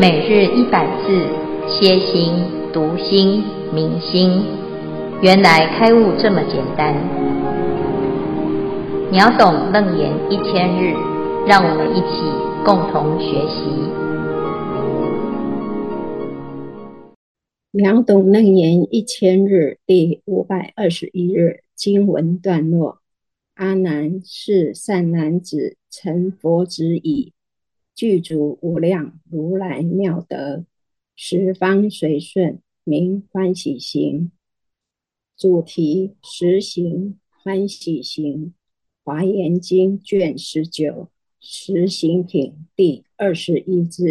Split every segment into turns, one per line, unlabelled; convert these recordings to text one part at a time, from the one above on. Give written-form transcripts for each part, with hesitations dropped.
每日100字，歇心、读心、明心，原来开悟这么简单。秒懂楞严1000日，让我们一起共同学习。
秒懂楞严1000日第521日经文段落：阿难，是善男子成佛子矣，具足无量如来妙德，十方随顺，名欢喜行。主题：实行欢喜行。华严经卷19实行品第21之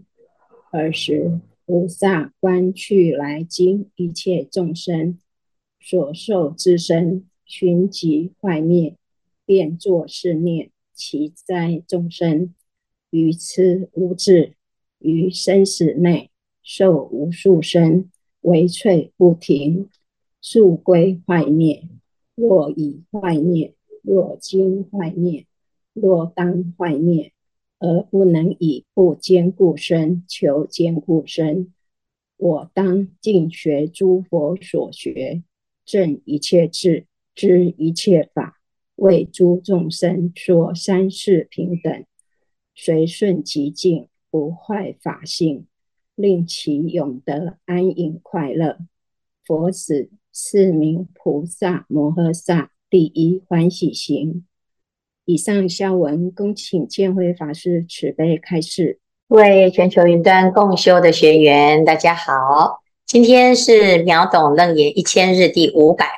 1。20菩萨观去来经一切众生所受之身，寻即坏灭，便作是念：其灾众生愚痴无智，于生死内受无数生，为脆不停，速归坏灭。若已坏灭，若今坏灭，若当坏灭，而不能以不坚固身求坚固身，我当尽学诸佛所学，证一切智，知一切法，为诸众生说三世平等，随顺其境，不坏法性，令其永得安隐快乐。佛子是名菩萨摩诃萨第一欢喜行。以上消文恭请见辉法师慈悲开示。
各位全球云端共修的学员，大家好，今天是秒懂楞严1000日第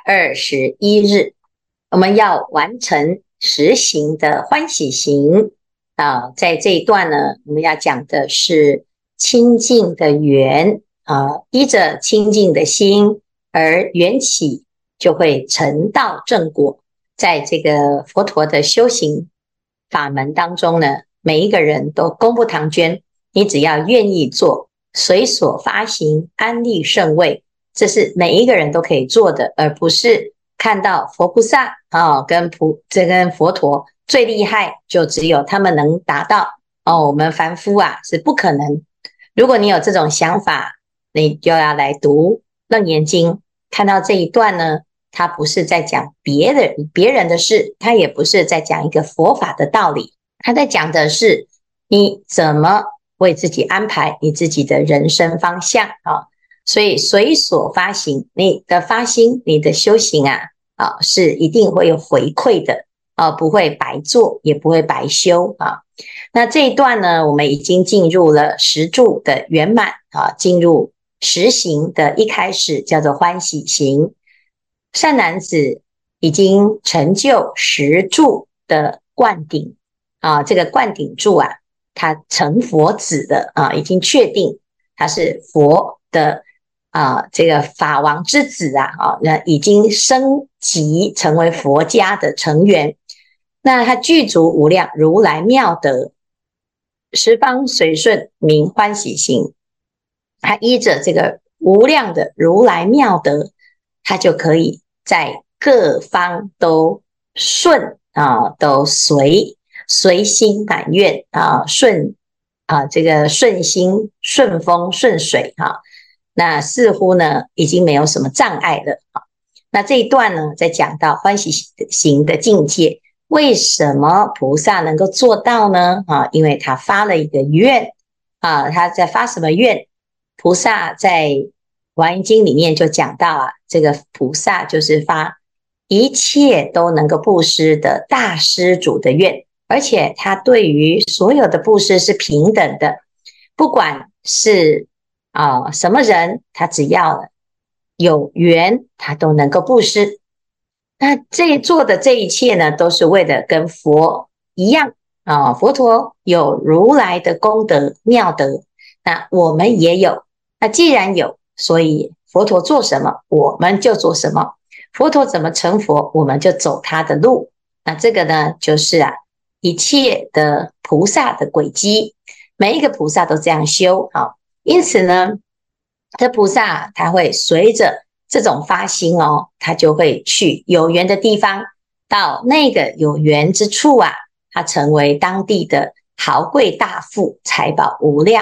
521日，我们要完成实行的欢喜行在这一段呢，我们要讲的是清净的缘依着清净的心而缘起，就会成道正果。在这个佛陀的修行法门当中呢，每一个人都功不唐捐，你只要愿意做，随所发行，安立圣位，这是每一个人都可以做的，而不是看到佛菩萨跟佛陀最厉害，就只有他们能达到我们凡夫是不可能。如果你有这种想法，你就要来读楞严经，看到这一段呢，他不是在讲别人的事，他也不是在讲一个佛法的道理，他在讲的是你怎么为自己安排你自己的人生方向所以随所发行，你的发心，你的修行是一定会有回馈的不会白做，也不会白修那这一段呢，我们已经进入了实住的圆满进入实行的一开始，叫做欢喜行。善男子已经成就实住的灌顶这个灌顶住他成佛子的已经确定他是佛的这个法王之子那已经升级成为佛家的成员。那他具足无量如来妙德，十方随顺，名欢喜行。他依着这个无量的如来妙德，他就可以在各方都顺都随心满愿顺这个顺心顺风顺水那似乎呢已经没有什么障碍了那这一段呢，在讲到欢喜行的境界，为什么菩萨能够做到呢因为他发了一个愿他在发什么愿？菩萨在华严经里面就讲到这个菩萨就是发一切都能够布施的大施主的愿，而且他对于所有的布施是平等的，不管是什么人，他只要有缘，他都能够布施。那做的这一切呢，都是为了跟佛一样佛陀有如来的功德妙德，那我们也有。那既然有，所以佛陀做什么，我们就做什么。佛陀怎么成佛，我们就走他的路。那这个呢，就是一切的菩萨的轨迹，每一个菩萨都这样修因此呢，这菩萨他会随着这种发心他就会去有缘的地方，到那个有缘之处他成为当地的豪贵大富，财宝无量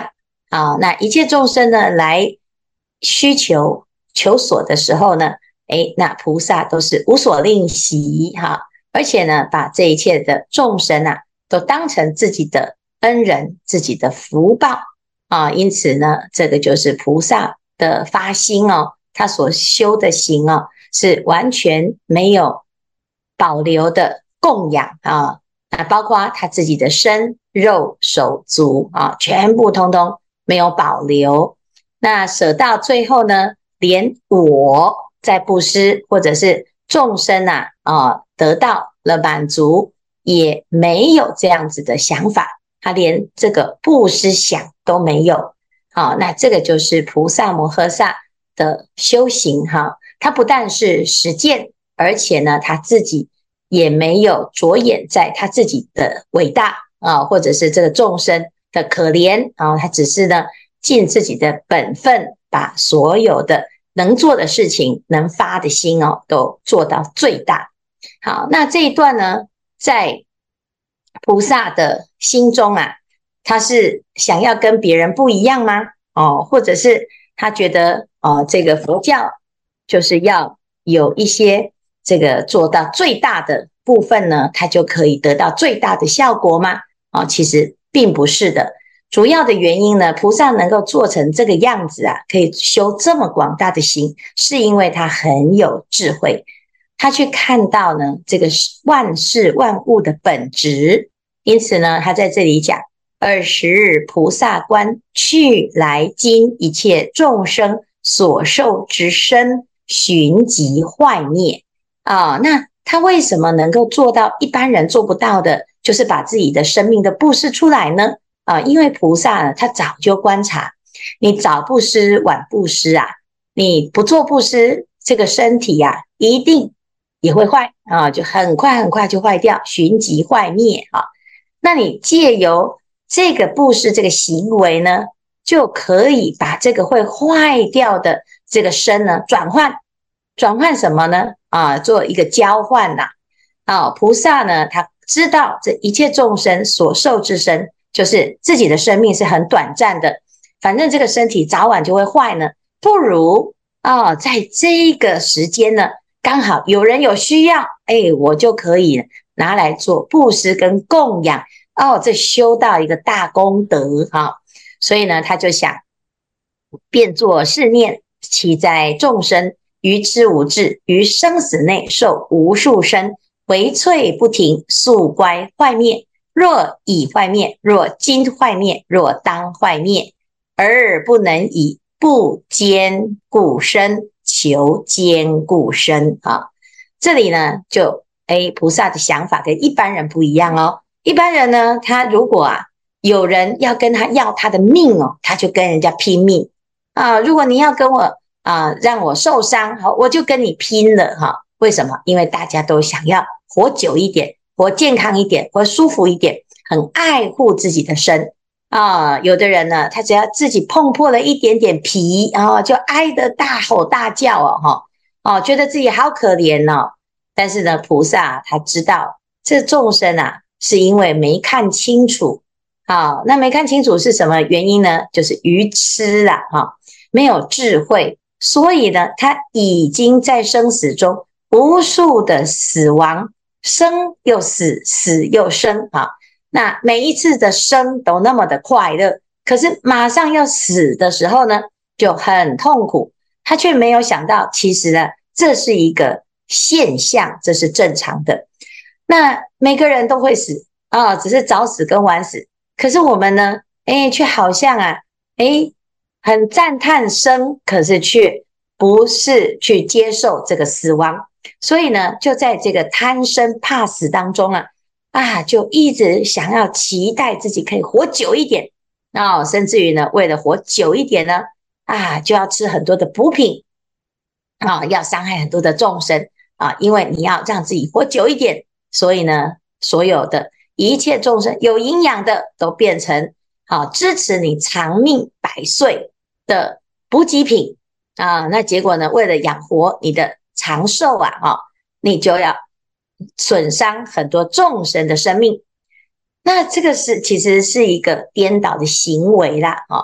那一切众生呢来需求求索的时候呢，那菩萨都是无所吝惜哈，而且呢，把这一切的众生啊，都当成自己的恩人、自己的福报啊。因此呢，这个就是菩萨的发心哦，他所修的行哦，是完全没有保留的供养啊，包括他自己的身、肉、手、足啊，全部通通没有保留。那舍到最后呢，连我在布施或者是众生得到了满足，也没有这样子的想法，他连这个布施想都没有。那这个就是菩萨摩诃萨的修行哈，他不但是实践，而且呢，他自己也没有着眼在他自己的伟大或者是这个众生的可怜他只是呢尽自己的本分，把所有的能做的事情、能发的心都做到最大。好，那这一段呢，在菩萨的心中他是想要跟别人不一样吗？或者是他觉得这个佛教就是要有一些这个做到最大的部分呢，他就可以得到最大的效果吗？其实并不是的。主要的原因呢，菩萨能够做成这个样子可以修这么广大的心，是因为他很有智慧，他去看到呢这个万事万物的本质。因此呢，他在这里讲20日菩萨观去来今一切众生所受之身，寻即坏灭那他为什么能够做到一般人做不到的，就是把自己的生命的布施出来呢？因为菩萨呢，他早就观察，你早布施晚布施你不做布施，这个身体一定也会坏就很快很快就坏掉，寻即坏灭那你借由这个布施这个行为呢，就可以把这个会坏掉的这个身呢转换什么呢？做一个交换菩萨呢，他知道这一切众生所受之身，就是自己的生命是很短暂的，反正这个身体早晚就会坏呢，不如在这个时间呢，刚好有人有需要，我就可以拿来做布施跟供养这修到一个大功德所以呢，他就想变作是念，其在众生于知无智，于生死内受无数生，唯萃不停，速乖坏灭。若已坏灭，若今坏灭，若当坏灭，而不能以不坚固身求坚固身这里呢，就菩萨的想法跟一般人不一样一般人呢，他如果有人要跟他要他的命他就跟人家拼命如果你要跟我让我受伤我就跟你拼了为什么？因为大家都想要活久一点，活健康一点，活舒服一点，很爱护自己的身有的人呢，他只要自己碰破了一点点皮就哀得大吼大叫觉得自己好可怜但是呢，菩萨他知道这众生是因为没看清楚那没看清楚是什么原因呢？就是愚痴没有智慧，所以呢，他已经在生死中无数的死亡，生又死，死又生那每一次的生都那么的快乐，可是马上要死的时候呢，就很痛苦。他却没有想到，其实呢，这是一个现象，这是正常的。那每个人都会死只是早死跟晚死。可是我们呢，却好像很赞叹生，可是却不是去接受这个死亡。所以呢，就在这个贪生怕死当中就一直想要期待自己可以活久一点甚至于呢，为了活久一点呢就要吃很多的补品要伤害很多的众生因为你要让自己活久一点，所以呢，所有的一切众生有营养的都变成支持你长命百岁的补给品那结果呢，为了养活你的长寿你就要损伤很多众生的生命。那这个其实是一个颠倒的行为啦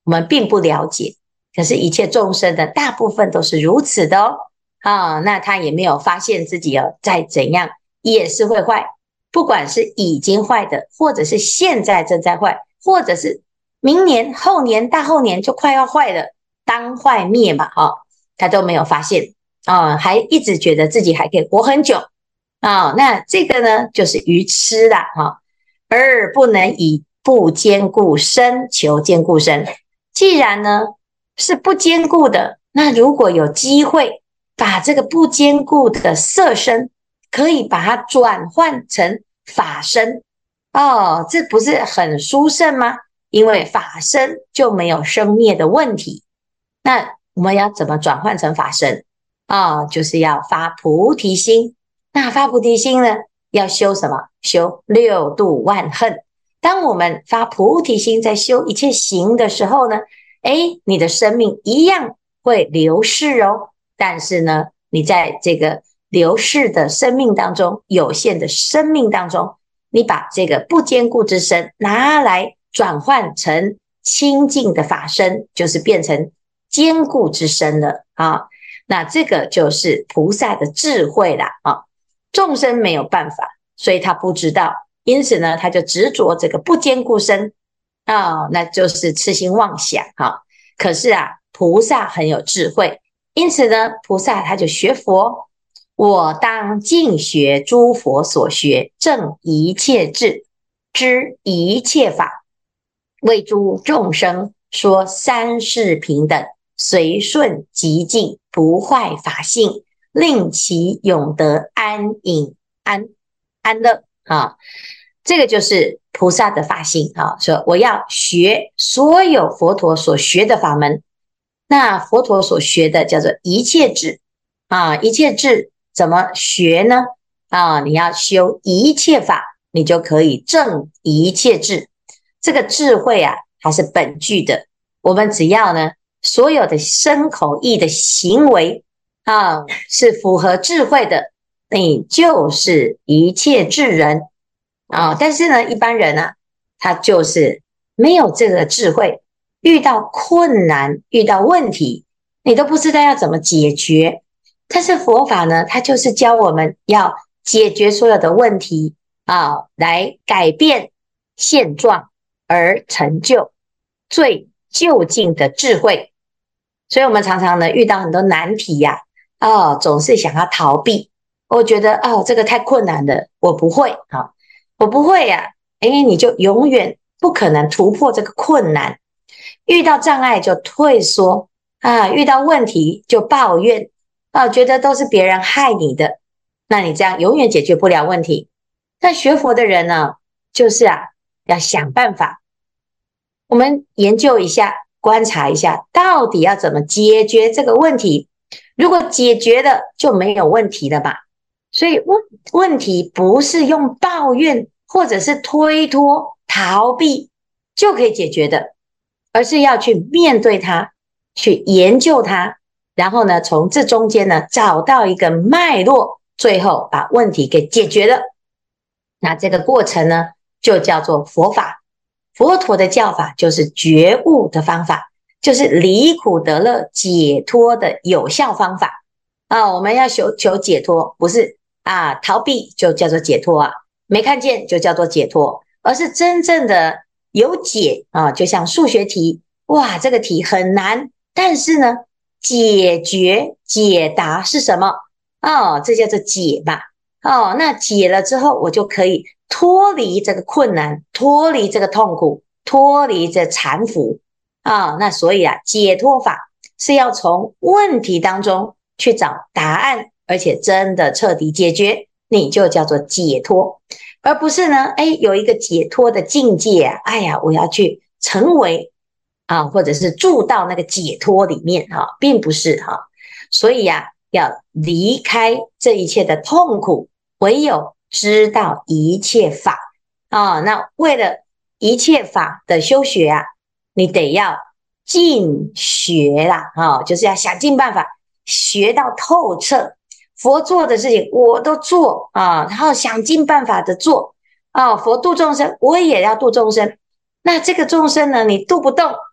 我们并不了解，可是一切众生的大部分都是如此的哦。那他也没有发现自己再怎样也是会坏，不管是已经坏的，或者是现在正在坏，或者是明年、后年、大后年就快要坏了，当坏灭嘛，他都没有发现还一直觉得自己还可以活很久那这个呢，就是愚痴啦而不能以不坚固身求坚固身。既然呢是不坚固的，那如果有机会把这个不坚固的色身可以把它转换成法身这不是很殊胜吗？因为法身就没有生灭的问题。那我们要怎么转换成法身就是要发菩提心。那发菩提心呢，要修什么？修六度万恨。当我们发菩提心在修一切行的时候呢，你的生命一样会流逝哦。但是呢，你在这个流逝的生命当中，有限的生命当中，你把这个不坚固之身拿来转换成清净的法身，就是变成坚固之身了那这个就是菩萨的智慧啦众生没有办法，所以他不知道，因此呢，他就执着这个不坚固身那就是痴心妄想可是菩萨很有智慧，因此呢，菩萨他就学佛，我当尽学诸佛所学，正一切智，知一切法，为诸众生说三世平等，随顺极尽，不坏法性，令其永得安隐安乐这个就是菩萨的法性说我要学所有佛陀所学的法门。那佛陀所学的叫做一切智一切智怎么学呢你要修一切法，你就可以证一切智。这个智慧它是本具的，我们只要呢所有的身口意的行为是符合智慧的，你就是一切智人但是呢，一般人他就是没有这个智慧，遇到困难、遇到问题，你都不知道要怎么解决。但是佛法呢，它就是教我们要解决所有的问题来改变现状，而成就最究竟的智慧。所以我们常常呢遇到很多难题总是想要逃避。我觉得这个太困难了，我不会我不会你就永远不可能突破这个困难。遇到障碍就退缩遇到问题就抱怨觉得都是别人害你的，那你这样永远解决不了问题。那学佛的人呢，就是要想办法，我们研究一下，观察一下，到底要怎么解决这个问题。如果解决了，就没有问题了嘛。所以问题不是用抱怨或者是推脱逃避就可以解决的，而是要去面对它，去研究它，然后呢从这中间呢找到一个脉络，最后把问题给解决了。那这个过程呢就叫做佛法。佛陀的教法就是觉悟的方法，就是离苦得乐解脱的有效方法我们要求解脱，不是逃避就叫做解脱没看见就叫做解脱，而是真正的有解就像数学题，哇，这个题很难，但是呢解决解答是什么这叫做解嘛那解了之后，我就可以脱离这个困难，脱离这个痛苦，脱离这缠缚那所以解脱法是要从问题当中去找答案，而且真的彻底解决，你就叫做解脱。而不是呢有一个解脱的境界我要去成为或者是住到那个解脱里面并不是所以要离开这一切的痛苦，唯有知道一切法那为了一切法的修学你得要尽学啦就是要想尽办法学到透彻。佛做的事情我都做然后想尽办法的做佛度众生我也要度众生。那这个众生呢，你度不动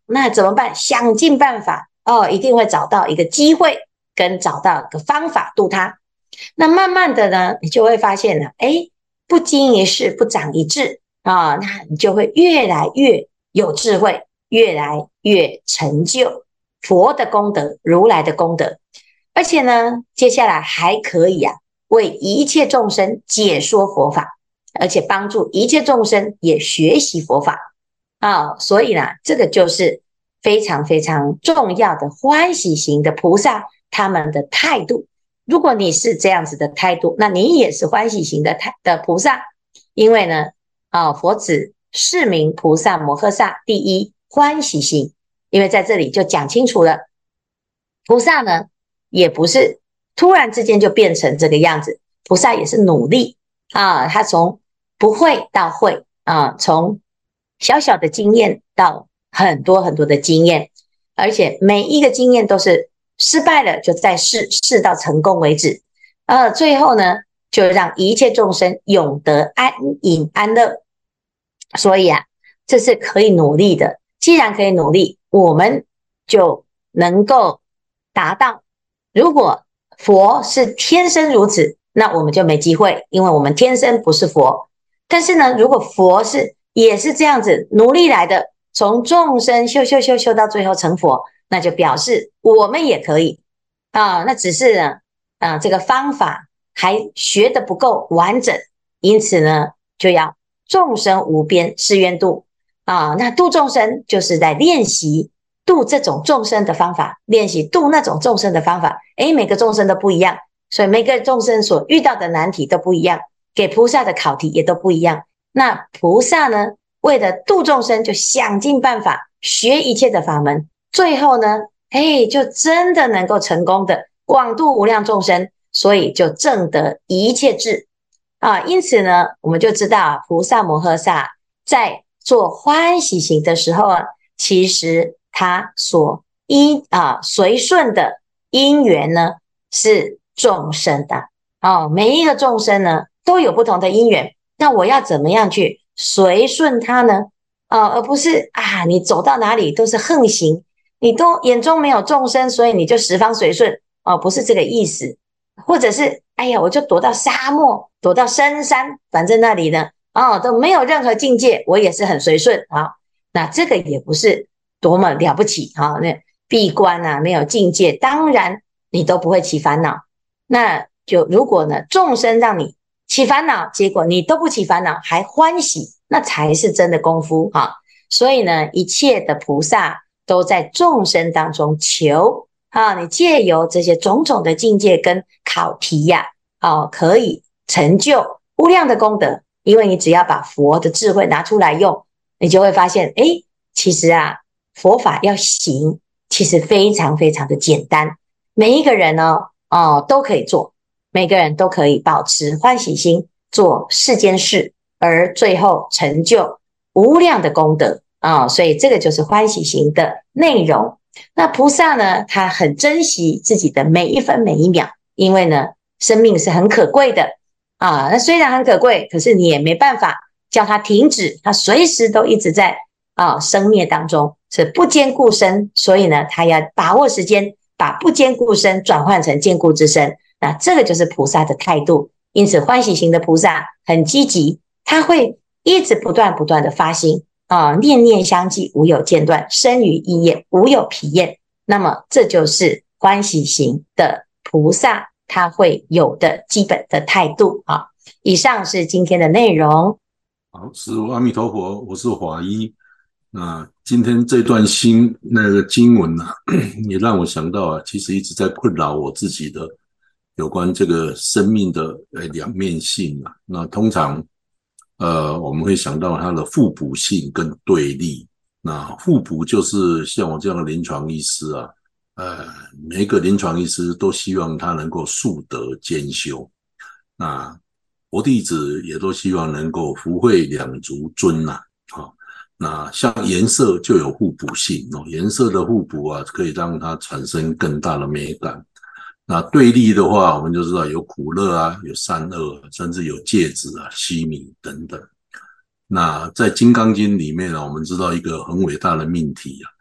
那怎么办？想尽办法一定会找到一个机会跟找到一个方法度他。那慢慢的呢，你就会发现了，不经一事不长一智那你就会越来越有智慧，越来越成就佛的功德，如来的功德。而且呢，接下来还可以为一切众生解说佛法，而且帮助一切众生也学习佛法所以呢，这个就是非常非常重要的欢喜行的菩萨他们的态度。如果你是这样子的态度，那你也是欢喜行的菩萨。因为呢佛子是名菩萨摩诃萨第一欢喜行，因为在这里就讲清楚了，菩萨呢也不是突然之间就变成这个样子，菩萨也是努力他从不会到会从小小的经验到很多很多的经验，而且每一个经验都是失败了就再试，试到成功为止最后呢就让一切众生永得安隐安乐。所以这是可以努力的，既然可以努力，我们就能够达到。如果佛是天生如此，那我们就没机会，因为我们天生不是佛。但是呢，如果佛也是这样子努力来的，从众生修到最后成佛，那就表示我们也可以那只是呢这个方法还学得不够完整，因此呢就要众生无边誓愿度那度众生就是在练习度这种众生的方法，练习度那种众生的方法每个众生都不一样，所以每个众生所遇到的难题都不一样，给菩萨的考题也都不一样。那菩萨呢为了度众生，就想尽办法学一切的法门，最后呢就真的能够成功的广度无量众生，所以就证得一切智因此呢我们就知道菩萨摩诃萨在做欢喜行的时候其实他所随顺的因缘呢是众生的每一个众生呢都有不同的因缘，那我要怎么样去随顺他呢而不是你走到哪里都是横行，你都眼中没有众生，所以你就十方随顺不是这个意思。或者是我就躲到沙漠，躲到深山，反正那里呢都没有任何境界，我也是很随顺那这个也不是多么了不起那闭关没有境界，当然你都不会起烦恼。那就如果呢众生让你起烦恼，结果你都不起烦恼还欢喜，那才是真的功夫所以呢一切的菩萨都在众生当中求你借由这些种种的境界跟考题可以成就无量的功德。因为你只要把佛的智慧拿出来用，你就会发现其实佛法要行其实非常非常的简单，每一个人都可以做，每个人都可以保持欢喜心做世间事，而最后成就无量的功德所以这个就是欢喜行的内容。那菩萨呢他很珍惜自己的每一分每一秒，因为呢生命是很可贵的那虽然很可贵，可是你也没办法叫他停止，他随时都一直在生灭当中，是不坚固身，所以呢他要把握时间，把不坚固身转换成坚固之身，那这个就是菩萨的态度。因此欢喜行的菩萨很积极，他会一直不断的发心念念相继，无有间断，生于意业，无有疲厌。那么这就是欢喜行的菩萨他会有的基本的态度以上是今天的内容。
好，师父阿弥陀佛，我是华一。今天这段那个经文也让我想到其实一直在困扰我自己的有关这个生命的两面性那通常我们会想到它的互补性跟对立。那互补就是像我这样的临床医师每一个临床医师都希望他能够树德兼修，那佛弟子也都希望能够福慧两足尊那像颜色就有互补性颜色的互补可以让它产生更大的美感。那对立的话，我们就知道有苦乐有善恶，甚至有芥子须弥等等。那在《金刚经》里面我们知道一个很伟大的命题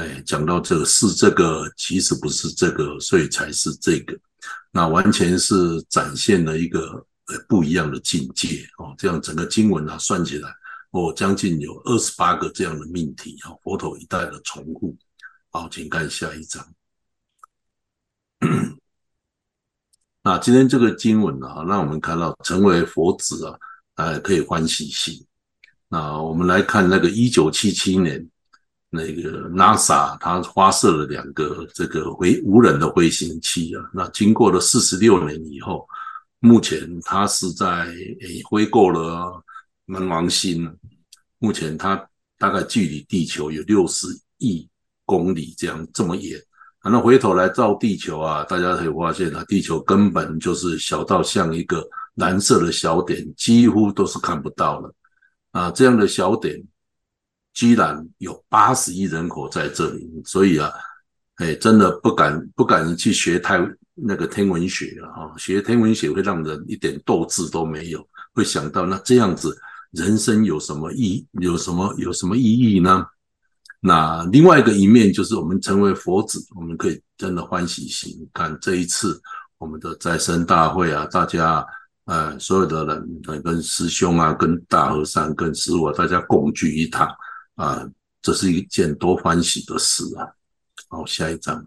讲到这个是这个，其实不是这个，所以才是这个，那完全是展现了一个不一样的境界哦。这样整个经文啊算起来，将近有28个这样的命题啊，佛陀一代的重复。好，请看下一章。那今天这个经文啊，让我们看到成为佛子啊，可以欢喜心。那我们来看那个1977年。那个 NASA 它发射了2个这个无人的飞行器啊，那经过了46年以后，目前它是在飞过了冥王星，目前它大概距离地球有60亿公里这么远。那回头来照地球啊，大家可以发现啊，地球根本就是小到像一个蓝色的小点，几乎都是看不到的啊，这样的小点。居然有80亿人口在这里，所以啊，真的不敢去学那个天文学啊，学天文学会让人一点斗志都没有，会想到那这样子人生有什么意义呢？那另外一个一面就是我们成为佛子，我们可以真的欢喜心。看这一次我们的再生大会啊，大家所有的人跟师兄啊，跟大和尚，跟师父大家共聚一堂。这是一件多欢喜的事啊！好，下一章。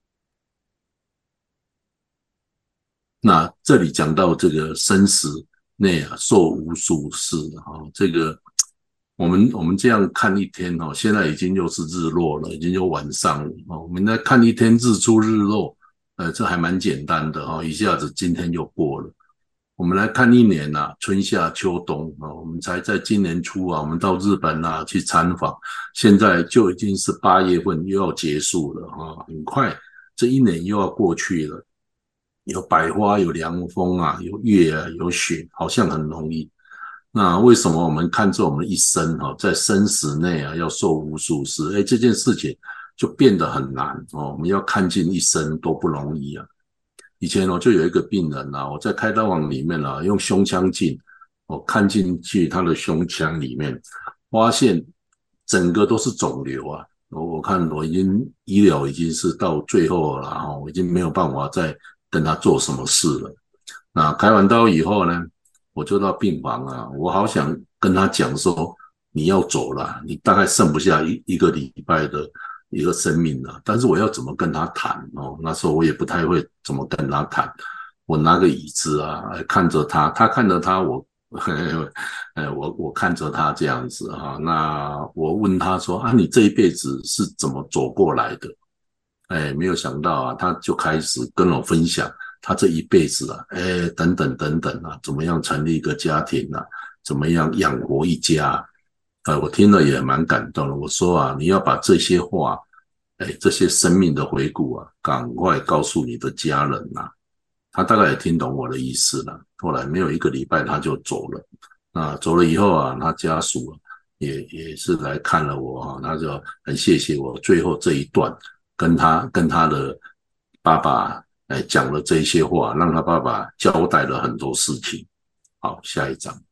那这里讲到这个生死内啊，受无数事啊，这个我们这样看一天哦，现在已经又是日落了，已经又晚上了哦。我们来看一天日出日落，这还蛮简单的哦，一下子今天又过了。我们来看一年啊，春夏秋冬啊，我们才在今年初啊，我们到日本啊去参访，现在就已经是8月份又要结束了啊，很快这一年又要过去了。有百花，有凉风啊，有月啊，有雪，好像很容易。那为什么我们看着我们一生在生死内啊，要受无数事？这件事情就变得很难哦。我们要看尽一生都不容易啊。以前就有一个病人啊，我在开刀房里面啊，用胸腔镜看进去他的胸腔里面，发现整个都是肿瘤啊。我看我医疗已经是到最后了我已经没有办法再跟他做什么事了。那开完刀以后呢，我就到病房啊，我好想跟他讲说，你要走了，你大概剩不下一个礼拜的一个生命了，但是我要怎么跟他谈那时候我也不太会怎么跟他谈。我拿个椅子啊，看着他，他看着他，我看着他这样子啊。那我问他说你这一辈子是怎么走过来的？没有想到啊，他就开始跟我分享他这一辈子啊，等等等等啊，怎么样成立一个家庭啊，怎么样养活一家。我听了也蛮感动的。我说啊，你要把这些话，这些生命的回顾啊，赶快告诉你的家人啊。他大概也听懂我的意思了。后来没有1个礼拜他就走了。那走了以后啊，他家属也是来看了我他就很谢谢我最后这一段跟他的爸爸讲了这些话，让他爸爸交代了很多事情。好，下一章。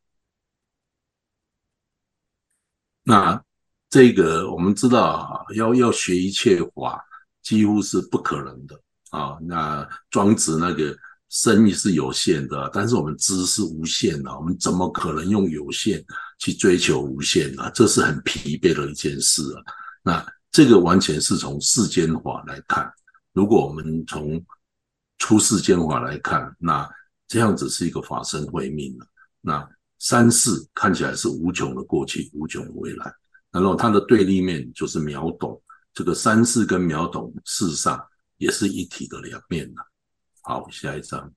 那这个我们知道要学一切法几乎是不可能的那庄子那个生是有限的，但是我们知是无限的，我们怎么可能用有限去追求无限呢？这是很疲惫的一件事啊。那这个完全是从世间法来看，如果我们从出世间法来看，那这样子是一个法身慧命了。那三世看起来是无穷的过去，无穷的未来，然后它的对立面就是秒懂。这个三世跟秒懂事实上也是一体的两面了。好，下一章。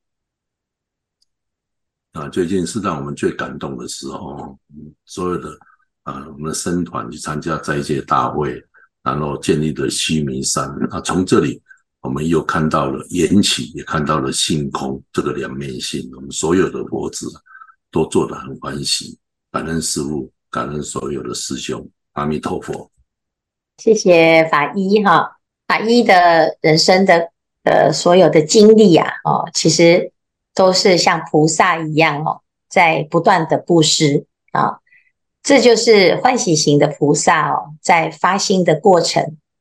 最近是让我们最感动的时候，所有的我们的僧团去参加斋戒大会，然后建立的须弥山。从这里我们又看到了缘起，也看到了性空这个两面性。我们所有的佛子都做得很欢喜，感恩师父，感恩所有的师兄，阿弥陀佛。
谢谢法医法医的人生的所有的经历其实都是像菩萨一样在不断的布施这就是欢喜行的菩萨在发心的过程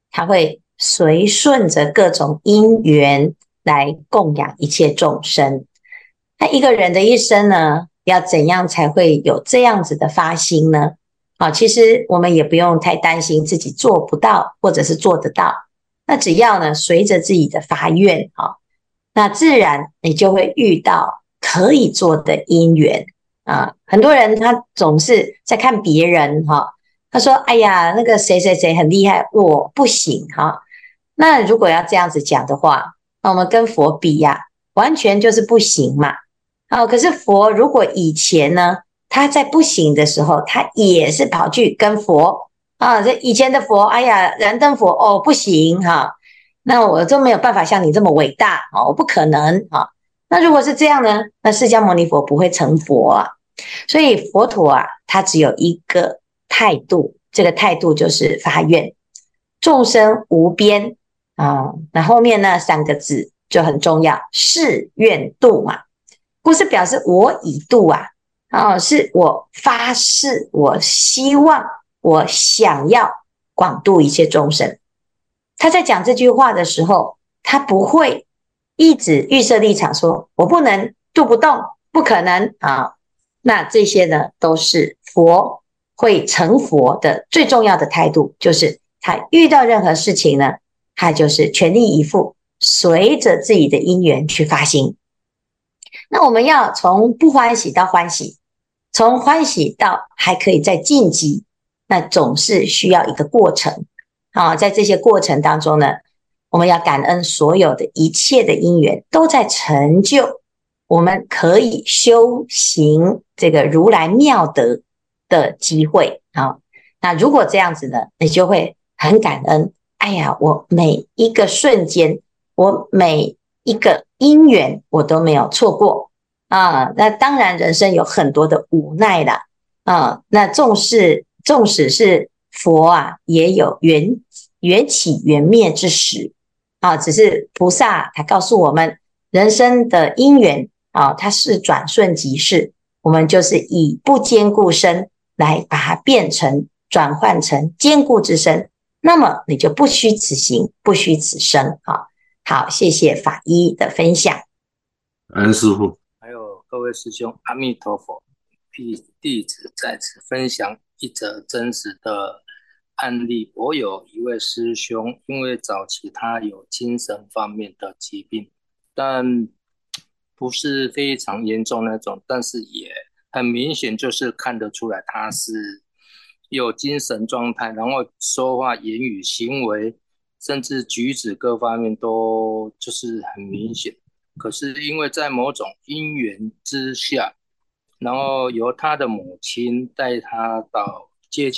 他会随顺着各种因缘来供养一切众生。那一个人的一生呢，要怎样才会有这样子的发心呢？其实我们也不用太担心自己做不到，或者是做得到。那只要呢，随着自己的发愿那自然你就会遇到可以做的因缘很多人他总是在看别人他说哎呀那个谁谁谁很厉害，我不行那如果要这样子讲的话，那我们跟佛比呀，完全就是不行嘛。可是佛如果以前呢，他在不行的时候，他也是跑去跟佛这以前的佛，哎呀燃灯佛不行那我就没有办法像你这么伟大我不可能那如果是这样呢，那释迦牟尼佛不会成佛所以佛陀他只有一个态度，这个态度就是发愿，众生无边那后面那3个字就很重要，誓愿度嘛，不是表示我已度是我发誓，我希望，我想要广度一切众生。他在讲这句话的时候，他不会一直预设立场说我不能，度不动，不可能那这些呢都是佛会成佛的最重要的态度，就是他遇到任何事情呢，他就是全力以赴，随着自己的因缘去发心。那我们要从不欢喜到欢喜，从欢喜到还可以再晋级，那总是需要一个过程在这些过程当中呢，我们要感恩所有的一切的因缘都在成就我们可以修行这个如来妙德的机会那如果这样子呢，你就会很感恩，哎呀我每一个瞬间，我每一个因缘我都没有错过那当然人生有很多的无奈啦那纵使是佛也有缘起缘灭之时只是菩萨他告诉我们，人生的因缘它是转瞬即逝，我们就是以不坚固身来把它变成转换成坚固之身，那么你就不虚此行，不虚此生好，谢谢法医的分享。
安师父，
还有各位师兄，阿弥陀佛。弟子在此分享一则真实的案例。我有一位师兄，因为早期他有精神方面的疾病，但不是非常严重那种，但是也很明显就是看得出来他是有精神状态，然后说话言语行为甚至举止各方面都就是很明显。可是因为在某种因缘之下，然后由他的母亲带他到亲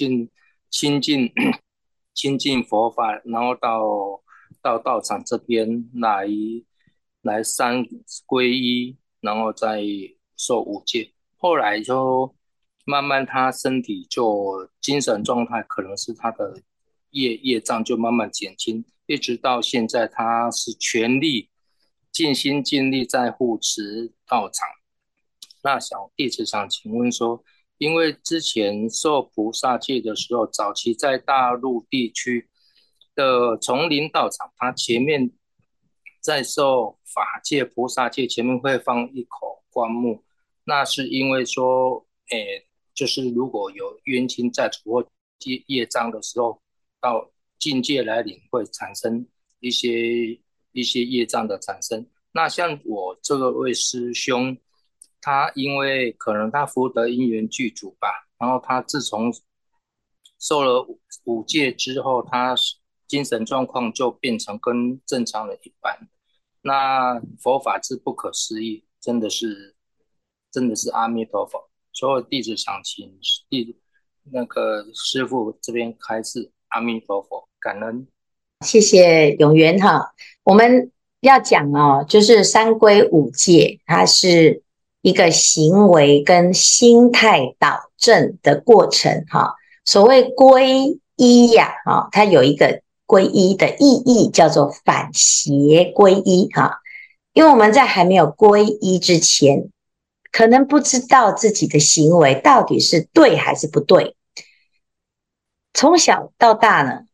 近佛法，然后到道场这边来三皈依，然后再受五戒。后来就慢慢他身体就精神状态，可能是他的业障就慢慢减轻，一直到现在他是全力尽心尽力在护持道场。那小弟子想请问说，因为之前受菩萨戒的时候，早期在大陆地区的丛林道场，它前面在受法戒、菩萨戒前面会放一口棺木，那是因为说，就是如果有冤亲债主或业障的时候，到境界来临会产生一些业障的产生。那像我这位师兄，他因为可能他福德因缘具足吧，然后他自从受了五戒之后，他精神状况就变成跟正常人一般。那佛法之不可思议，真的是阿弥陀佛。所有弟子想请那个师父这边开示，阿弥陀佛，感恩。
谢谢永元我们要讲就是三皈五戒，它是一个行为跟心态导正的过程所谓皈依它有一个皈依的意义，叫做反邪皈依因为我们在还没有皈依之前，可能不知道自己的行为到底是对还是不对。从小到大呢，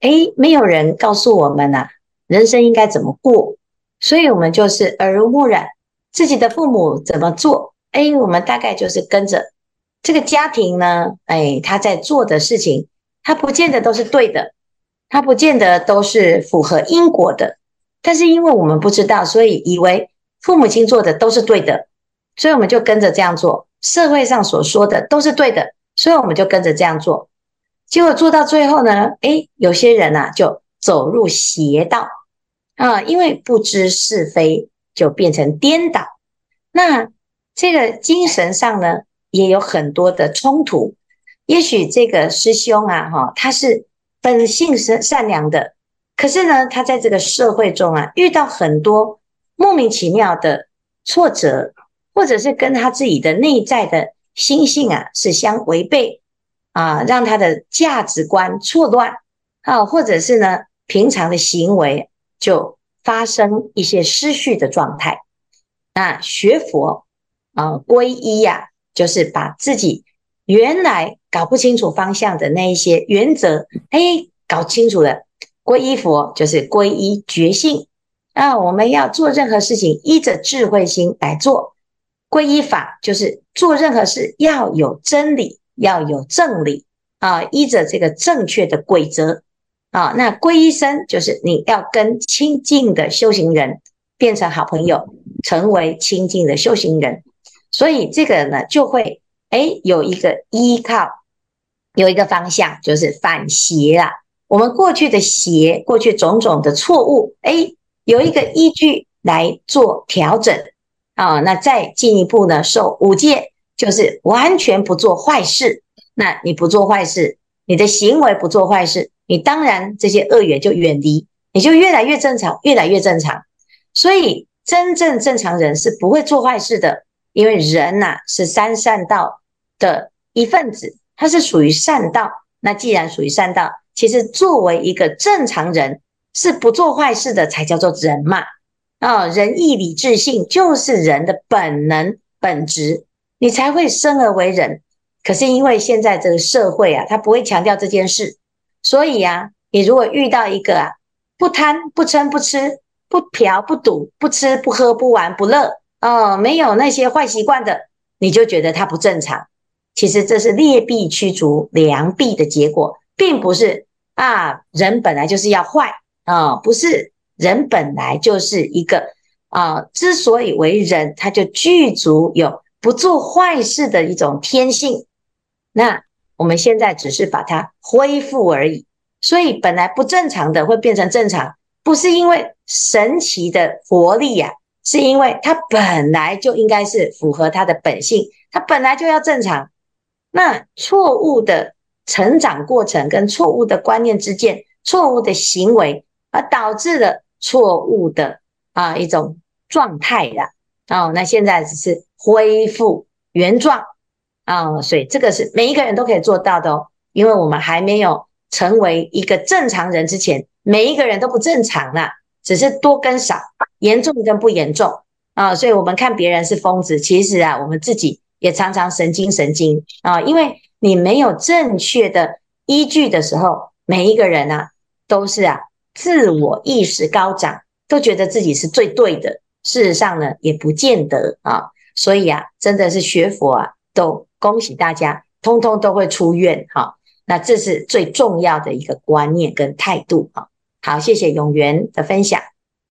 没有人告诉我们啊，人生应该怎么过，所以我们就是耳濡目染，自己的父母怎么做，我们大概就是跟着这个家庭呢，他在做的事情，他不见得都是对的，他不见得都是符合因果的，但是因为我们不知道，所以以为父母亲做的都是对的，所以我们就跟着这样做，社会上所说的都是对的，所以我们就跟着这样做。结果做到最后呢，有些人啊就走入邪道啊，因为不知是非，就变成颠倒。那这个精神上呢，也有很多的冲突。也许这个师兄啊，他是本性善良的，可是呢，他在这个社会中啊，遇到很多莫名其妙的挫折，或者是跟他自己的内在的心性啊是相违背啊，让他的价值观错乱啊，或者是呢平常的行为就发生一些失序的状态。那学佛皈依呀，就是把自己原来搞不清楚方向的那一些原则，搞清楚了。皈依佛就是皈依觉性啊，我们要做任何事情依着智慧心来做。皈依法就是做任何事要有真理，要有正理啊，依着这个正确的规则啊。那皈依僧就是你要跟亲近的修行人变成好朋友，成为亲近的修行人，所以这个呢就会有一个依靠，有一个方向，就是反邪啦。我们过去的邪，过去种种的错误，有一个依据来做调整啊。那再进一步呢，受五戒，就是完全不做坏事。那你不做坏事，你的行为不做坏事，你当然这些恶缘就远离，你就越来越正常，越来越正常。所以真正正常人是不会做坏事的，因为人啊是三善道的一份子，他是属于善道。那既然属于善道，其实作为一个正常人是不做坏事的才叫做人嘛。仁义礼智信就是人的本能本质，你才会生而为人。可是因为现在这个社会啊，他不会强调这件事，所以啊，你如果遇到一个不贪不嗔不吃不嫖不赌不吃不喝不玩不乐没有那些坏习惯的，你就觉得他不正常。其实这是劣币驱逐良币的结果，并不是人本来就是要坏不是，人本来就是一个之所以为人，他就具足有不做坏事的一种天性。那我们现在只是把它恢复而已，所以本来不正常的会变成正常，不是因为神奇的佛力是因为它本来就应该是符合它的本性，它本来就要正常。那错误的成长过程跟错误的观念之间，错误的行为导致了错误的一种状态啦。那现在只是恢复原状所以这个是每一个人都可以做到的因为我们还没有成为一个正常人之前，每一个人都不正常啦，只是多跟少，严重跟不严重所以我们看别人是疯子，其实我们自己也常常神经因为你没有正确的依据的时候，每一个人都是自我意识高涨，都觉得自己是最对的，事实上呢也不见得所以真的是学佛都恭喜大家，通通都会出院那这是最重要的一个观念跟态度好，谢谢永元的分享。